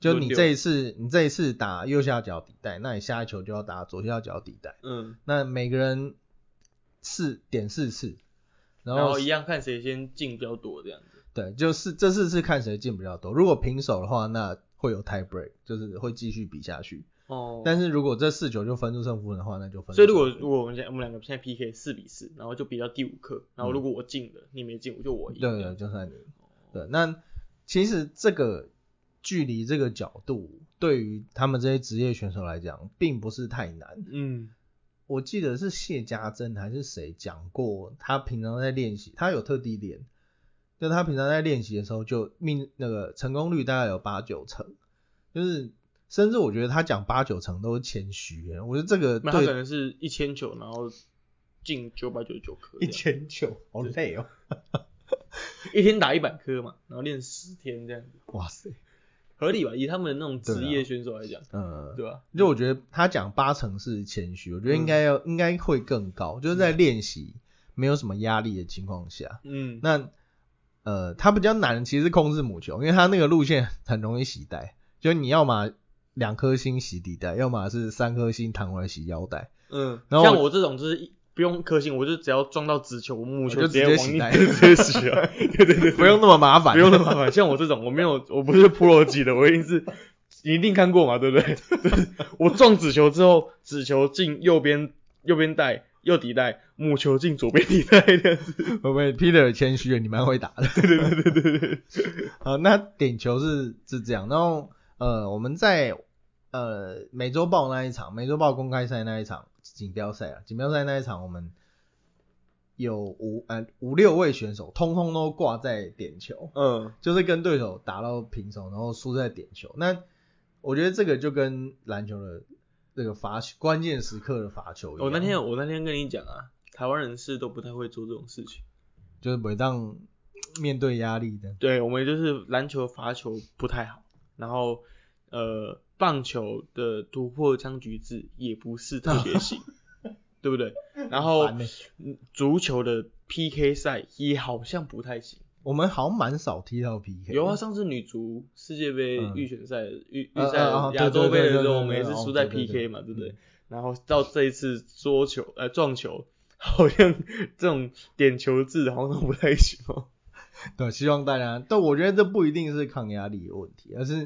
就你这一次打右下角底带，那你下一球就要打左下角底带。那每个人点4次，然后一样看谁先进比较多这样子。 对，就是这4次看谁进比较多。如果平手的话，那会有 tie break， 就是会继续比下去。但是如果这4球就分出胜负的话，那就分出胜负。 所以如果我们两个现在 PK 4-4，然后就比到第5颗，然后如果我进了，你没进，我赢。 对，就算你。对，那其实这个距离这个角度，对于他们这些职业选手来讲，并不是太难。我记得是谢家珍还是谁讲过，他平常在练习，他有特地练，就他平常在练习的时候就那个成功率大概有8-9成，就是甚至我觉得他讲8-9成都是谦虚，我觉得这个他可能是1000球然后进999颗 ，1000球好累哦。 一天打100颗嘛，然后练10天这样子。 哇塞， 合理吧？以他们那种职业选手来讲，对吧？ 就我觉得他讲8成是谦虚，我觉得应该会更高，就是在练习没有什么压力的情况下。那他比较难其实是控制母球，因为他那个路线很容易洗带，就你要嘛2颗星洗底带，要么是3颗星弹回来洗腰带。 然后像我这种就是不用颗星，我就只要撞到直球，母球就直接洗带， 直接洗了。对， 不用那么麻烦， 不用那么麻烦。像我这种，我不是 Pro 级的，我你一定看过嘛，对不对？我撞直球之后，直球进右边带。右底带，母球进左边底带这样子。 会不会 Peter 谦虚了？你蛮会打的。 对。 好，那点球是这样，然后我们在美洲豹那一场，美洲豹公开赛那一场锦标赛那一场，我们有5-6位选手通通都挂在点球，就是跟对手打到平手，然后输在点球。那我觉得这个就跟篮球的这个关键时刻的罚球一样。 我那天跟你讲啊，台湾人士都不太会做这种事情， 就是每当面对压力的。 对，我们就是篮球罚球不太好，然后棒球的突破僵局制也不是特别行，对不对？然后足球的 PK 赛也好像不太行。 我们好像蛮少踢到 PK。 有啊，上次女足世界杯预选赛、预赛亚洲杯的时候，我们也是输在 PK 嘛，对不对？然后到这一次撞球，好像这种点球制好像都不太行哦。 对，希望大家，但我觉得这不一定是抗压力的问题，而是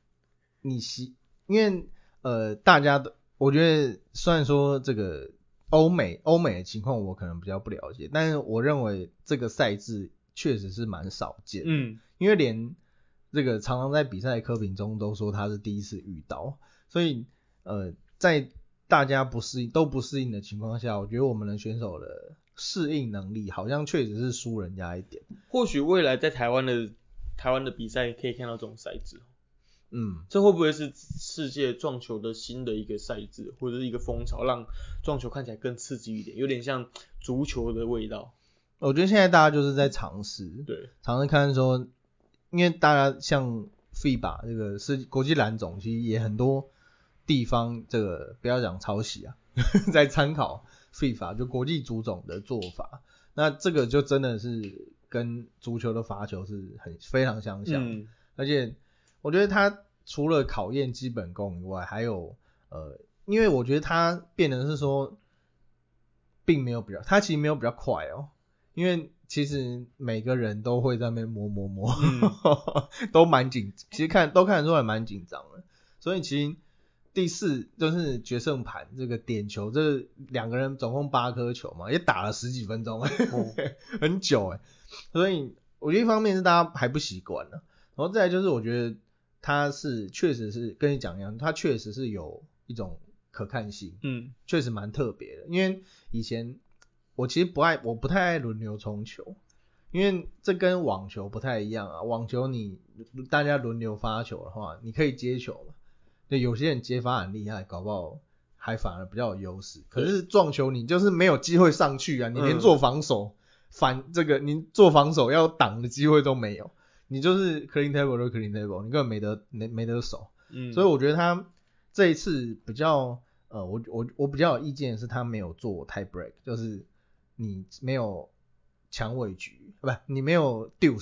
因为大家的，我觉得虽然说这个欧美的情况我可能比较不了解，但是我认为这个赛制确实是蛮少见的。因为连这个常常在比赛科评中都说他是第一次遇到，所以在大家都不适应的情况下，我觉得我们的选手的适应能力好像确实是输人家一点。 或许未来在台湾的比赛可以看到这种赛制。这会不会是世界撞球的新的一个赛制，或者是一个风潮，让撞球看起来更刺激一点，有点像足球的味道？ 我觉得现在大家就是在尝试看说，因为大家像 FIBA 这个是国际篮总，其实也很多地方这个不要讲抄袭啊，在参考 FIBA 就国际足总的做法，那这个就真的是跟足球的罚球是非常相像，而且我觉得它除了考验基本功以外，还有因为我觉得它变成是说，它其实没有比较快哦，因为其实每个人都会在那边摸，都蛮其实都看得出来蛮紧张的，所以其实第4就是决胜盘这个点球，这2个人总共8颗球嘛，也打了10几分钟，很久所以我觉得一方面是大家还不习惯了，然后再来就是我觉得它确实是跟你讲一样，它确实是有一种可看性，确实蛮特别的，因为以前我其实我不太爱轮流冲球，因为这跟网球不太一样啊，网球大家轮流发球的话，你可以接球嘛，对，有些人接发很厉害，搞不好还反而比较有优势，可是撞球你就是没有机会上去啊，你连做防守你做防守要挡的机会都没有，你就是 clean table 就 clean table， 你根本没得守，所以我觉得他这一次比较我比较有意见的是他没有做 tie break， 就是你没有抢尾局，不，你没有 deuce 啊，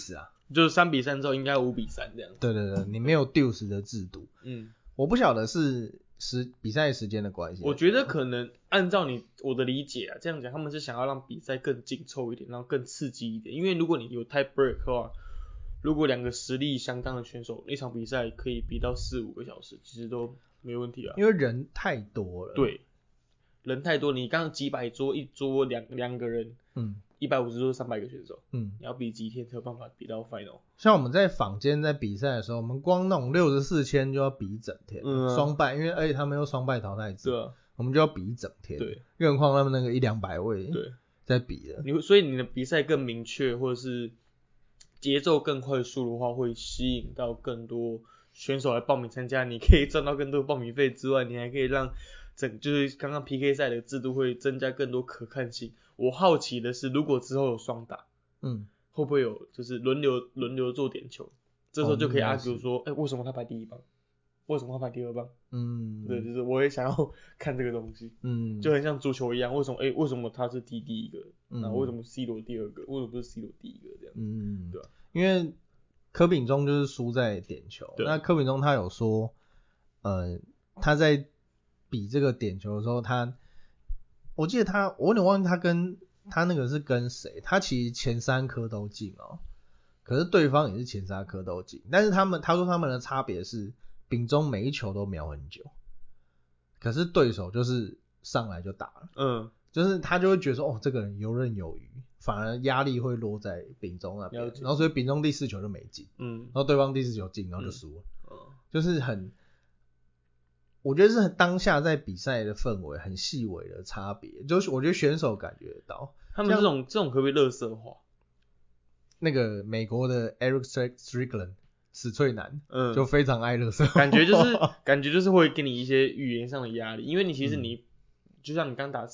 就是3-3之后应该5-3这样。 对对对，你没有 deuce 的制度。我不晓得是比赛时间的关系。 我觉得可能按照我的理解啊，这样讲他们是想要让比赛更紧凑一点，然后更刺激一点。因为如果你有 tie break 的话，如果2个实力相当的选手，一场比赛可以比到4-5个小时，其实都没问题啊。 因为人太多了。 对，人太多，你刚刚几百桌，一桌两个人，150桌300个选手，你要比几天才有办法比到 final？ 像我们在坊间在比赛的时候，我们光那种64千就要比一整天，双败，因为而且他们又双败淘汰制，对啊，我们就要比一整天，对，更何况他们那个100-200位，对，在比的， 所以你的比赛更明确，或者是节奏更快速的话，会吸引到更多选手来报名参加，你可以赚到更多报名费之外，你还可以让就是刚刚 PK 赛的制度会增加更多可看性。我好奇的是，如果之后有双打，会不会有就是轮流做点球？这时候就可以 argue 说，为什么他排第一棒？为什么他排第二棒？对，就是我也想要看这个东西。就很像足球一样，为什么他是踢第一个？那为什么 C 罗第二个？为什么不是 C 罗第一个这样？对吧？ 因为柯秉中就是输在点球。那柯秉中他有说，他在比这个点球的时候，我记得我有点忘记他那个是跟谁，他其实前3颗都进哦，可是对方也是前3颗都进，但是他说他们的差别是，秉中每一球都瞄很久，可是对手就是上来就打了，就是他就会觉得说，这个人游刃有余，反而压力会落在秉中那边，然后所以秉中第4球就没进，然后对方第4球进，然后就输了，就是我觉得是当下在比赛的氛围很细微的差别，就是我觉得选手感觉得到， 他们这种可不可以垃圾化？ 那个美国的 Eric Strickland 死脆男，就非常爱垃圾化， 感觉就是会给你一些语言上的压力，因为其实就像你刚打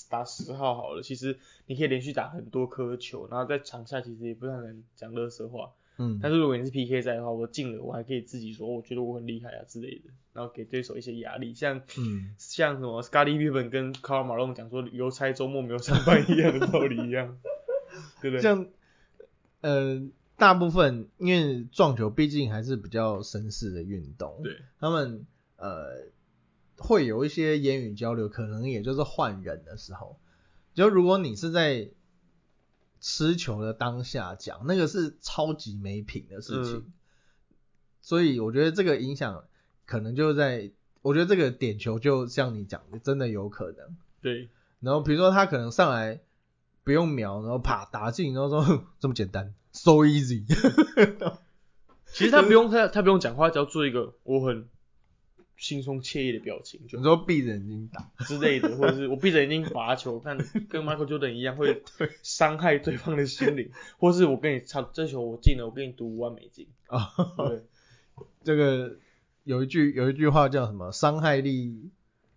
10号好了，其实你可以连续打很多颗球，然后在场下其实也不太能讲垃圾话。但是如果你是 PK 赛的话，我进了，我还可以自己说，我觉得我很厉害啊之类的，然后给对手一些压力，像什么 Scottie Pippen 跟 Karl Malone 讲说邮差周末没有上班一样的道理一样，对不对？ 像大部分因为撞球毕竟还是比较绅士的运动，对，他们会有一些言语交流，可能也就是换人的时候，就如果你是在吃球的当下讲，那个是超级没品的事情，所以我觉得这个影响可能就我觉得这个点球就像你讲的，真的有可能。 对。 然后比如说他可能上来不用瞄，然后啪打进，然后说这么简单 ，so easy 。 其实他不用讲话，只要做一个我很轻松惬意的表情， 你说闭着眼睛打之类的，或者是我闭着眼睛罚球，看跟 Michael Jordan 一样会伤害对方的心灵，或是我跟你唱这球我进了，我给你赌$50,000对， 这个有一句话叫什么？伤害力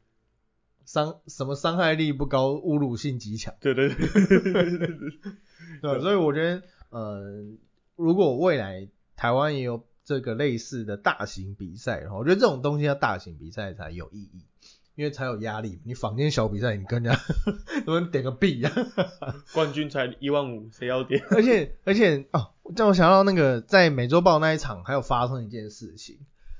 不高，侮辱性极强。 对。对， 所以我觉得如果未来台湾也有这个类似的大型比赛，我觉得这种东西要大型比赛才有意义，因为才有压力。你坊间小比赛，你跟人家点个屁啊！ 冠军才15000，谁要点？ 而且让我想到那个在美洲豹那一场，还有发生一件事情，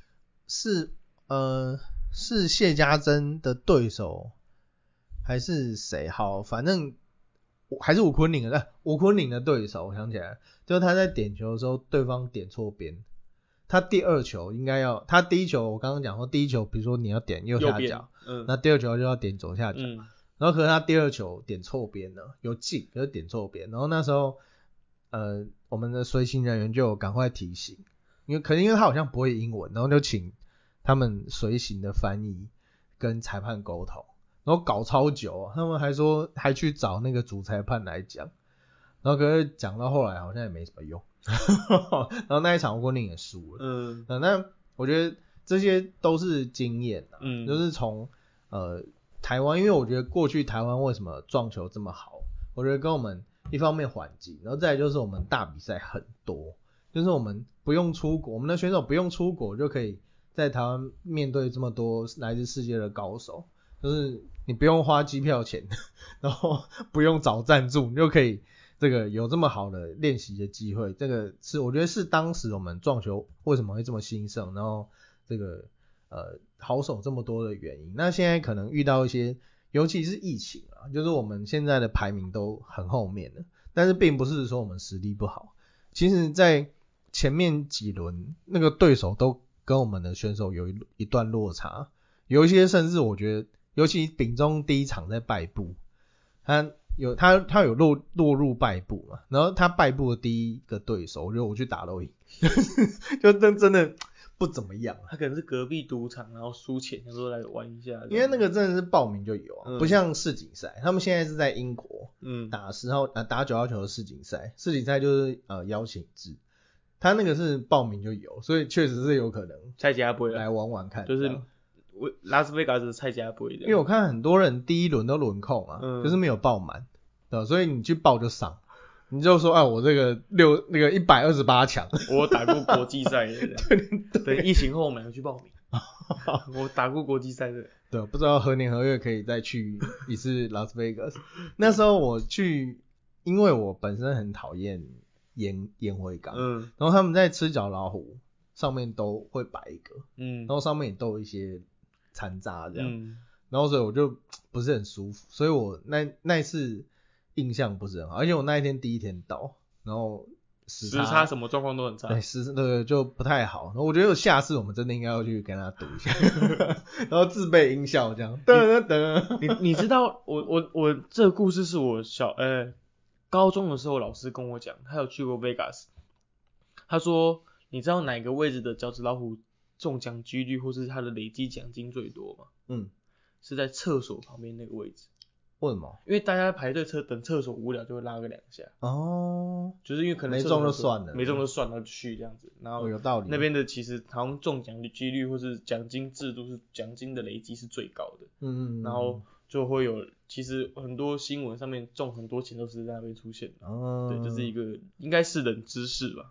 是谢家珍的对手还是谁？好，反正还是吴昆凌的对手，我想起来，就是他在点球的时候，对方点错边。他第2球应该要，他第1球我刚刚讲说，第1球比如说你要点右下角，那第2球就要点左下角，然后可是他第2球点错边了，有进，可是点错边，然后那时候我们的随行人员就赶快提醒，因为他好像不会英文，然后就请他们随行的翻译跟裁判沟通，然后搞超久，他们还去找那个主裁判来讲，然后可是讲到后来好像也没什么用。然后那一场吴昆凌也输了。那我觉得这些都是经验啊，就是从台湾，因为我觉得过去台湾为什么撞球这么好，我觉得跟我们一方面环境，然后再来就是我们大比赛很多，就是我们不用出国，我们的选手不用出国就可以在台湾面对这么多来自世界的高手，就是你不用花机票钱，然后不用找赞助，你就可以这个有这么好的练习的机会，这个是我觉得是当时我们撞球为什么会这么兴盛，然后这个好手这么多的原因。那现在可能遇到一些，尤其是疫情啊，就是我们现在的排名都很后面了，但是并不是说我们实力不好，其实在前面几轮那个对手都跟我们的选手有一段落差，有一些甚至我觉得，尤其丙中第一场在败部，他有落入败部嘛，然后他败部的第一个对手，我觉得我去打都赢，就真的不怎么样。 他可能是隔壁赌场，然后输钱，他说来玩一下。 因为那个真的是报名就有啊，不像世锦赛，他们现在是在英国打9号球的世锦赛，世锦赛就是邀请制，他那个是报名就有，所以确实是有可能蔡家杯来玩玩看， 就是拉斯维加斯的蔡家杯。 因为我看很多人第一轮都轮空啊，可是没有报满，对，所以你去报就上。你就说我这个128强， 我打过国际赛的，等疫情后我们要去报名。我打过国际赛的， 对，不知道何年何月可以再去一次拉斯维加斯。那时候我去，因为我本身很讨厌烟灰缸，然后他们在吃角老虎上面都会摆一个，然后上面也都有一些残渣这样，然后所以我就不是很舒服，所以我那一次印象不是很好，而且我那一天第一天到，然后时差什么状况都很差， 对，就不太好。我觉得下次我们真的应该要去跟他赌一下，然后自备音效这样。 你知道我这个故事是我高中的时候老师跟我讲，他有去过 Vegas， 他说你知道哪个位置的饺子老虎中奖几率或是他的累积奖金最多吗？是在厕所旁边那个位置。 为什么？ 因为大家排队等厕所无聊就会拉个2下。就是因为可能没中就算了， 没中就算了，就去这样子。然后有道理。 那边的其实好像中奖的几率或是奖金制度是奖金的累积是最高的。然后就会有，其实很多新闻上面中很多钱都是在那边出现的。对，这是一个应该是冷知识吧。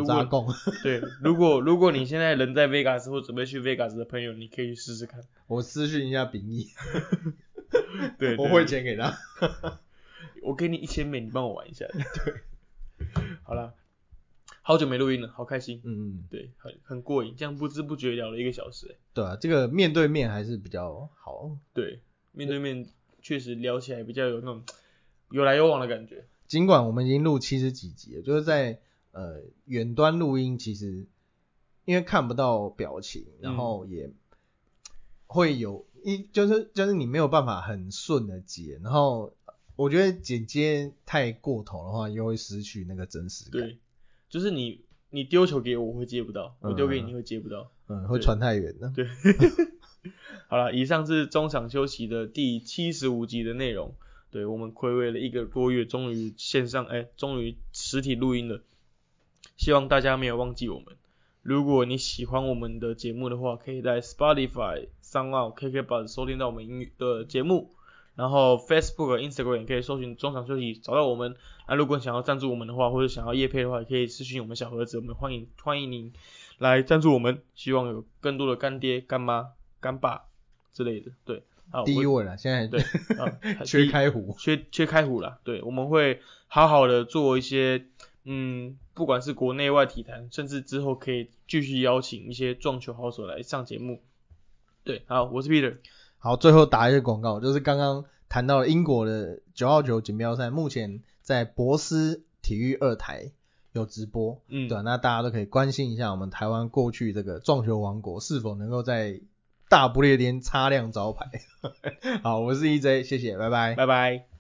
如果你现在人在 Vegas 或准备去 Vegas 的朋友，你可以去试试看。 我私讯一下秉义。 对， 我汇钱给他。 我给你$1000，你帮我玩一下。对，好啦，好久没录音了，好开心。对，很过瘾，这样不知不觉聊了1个小时。 对啊，这个面对面还是比较好。 对，面对面确实聊起来比较有那种有来有往的感觉。 尽管我们已经录70几集了，就是在远端录音，其实因为看不到表情，然后也会有就是你没有办法很顺的接，然后我觉得剪接太过头的话，又会失去那个真实感。 对，就是你丢球给我，我会接不到；我丢给你会接不到。 会传太远的。 对。好了，以上是中场休息的第75集的内容。对，我们睽违了1个多月，终于终于实体录音了。希望大家没有忘记我们。如果你喜欢我们的节目的话，可以在 Spotify、SoundCloud、KKBOX 收听到我们的节目。然后 Facebook、Instagram 也可以搜寻中场休息找到我们。如果想要赞助我们的话，或者想要业配的话，也可以私讯我们小盒子，我们欢迎您来赞助我们。希望有更多的干爹、干妈、干爸之类的。对， 第一位啦，现在对缺开壶， 缺开壶啦。对，我们会好好的做一些不管是国内外体坛，甚至之后可以继续邀请一些撞球好手来上节目。对，好，我是 Peter。 好，最后打一个广告，就是刚刚谈到了英国的9号球锦标赛，目前在博斯体育2台有直播。对，那大家都可以关心一下我们台湾过去这个撞球王国是否能够在大不列颠擦亮招牌。好，我是 EJ， 谢谢，拜拜。 拜拜。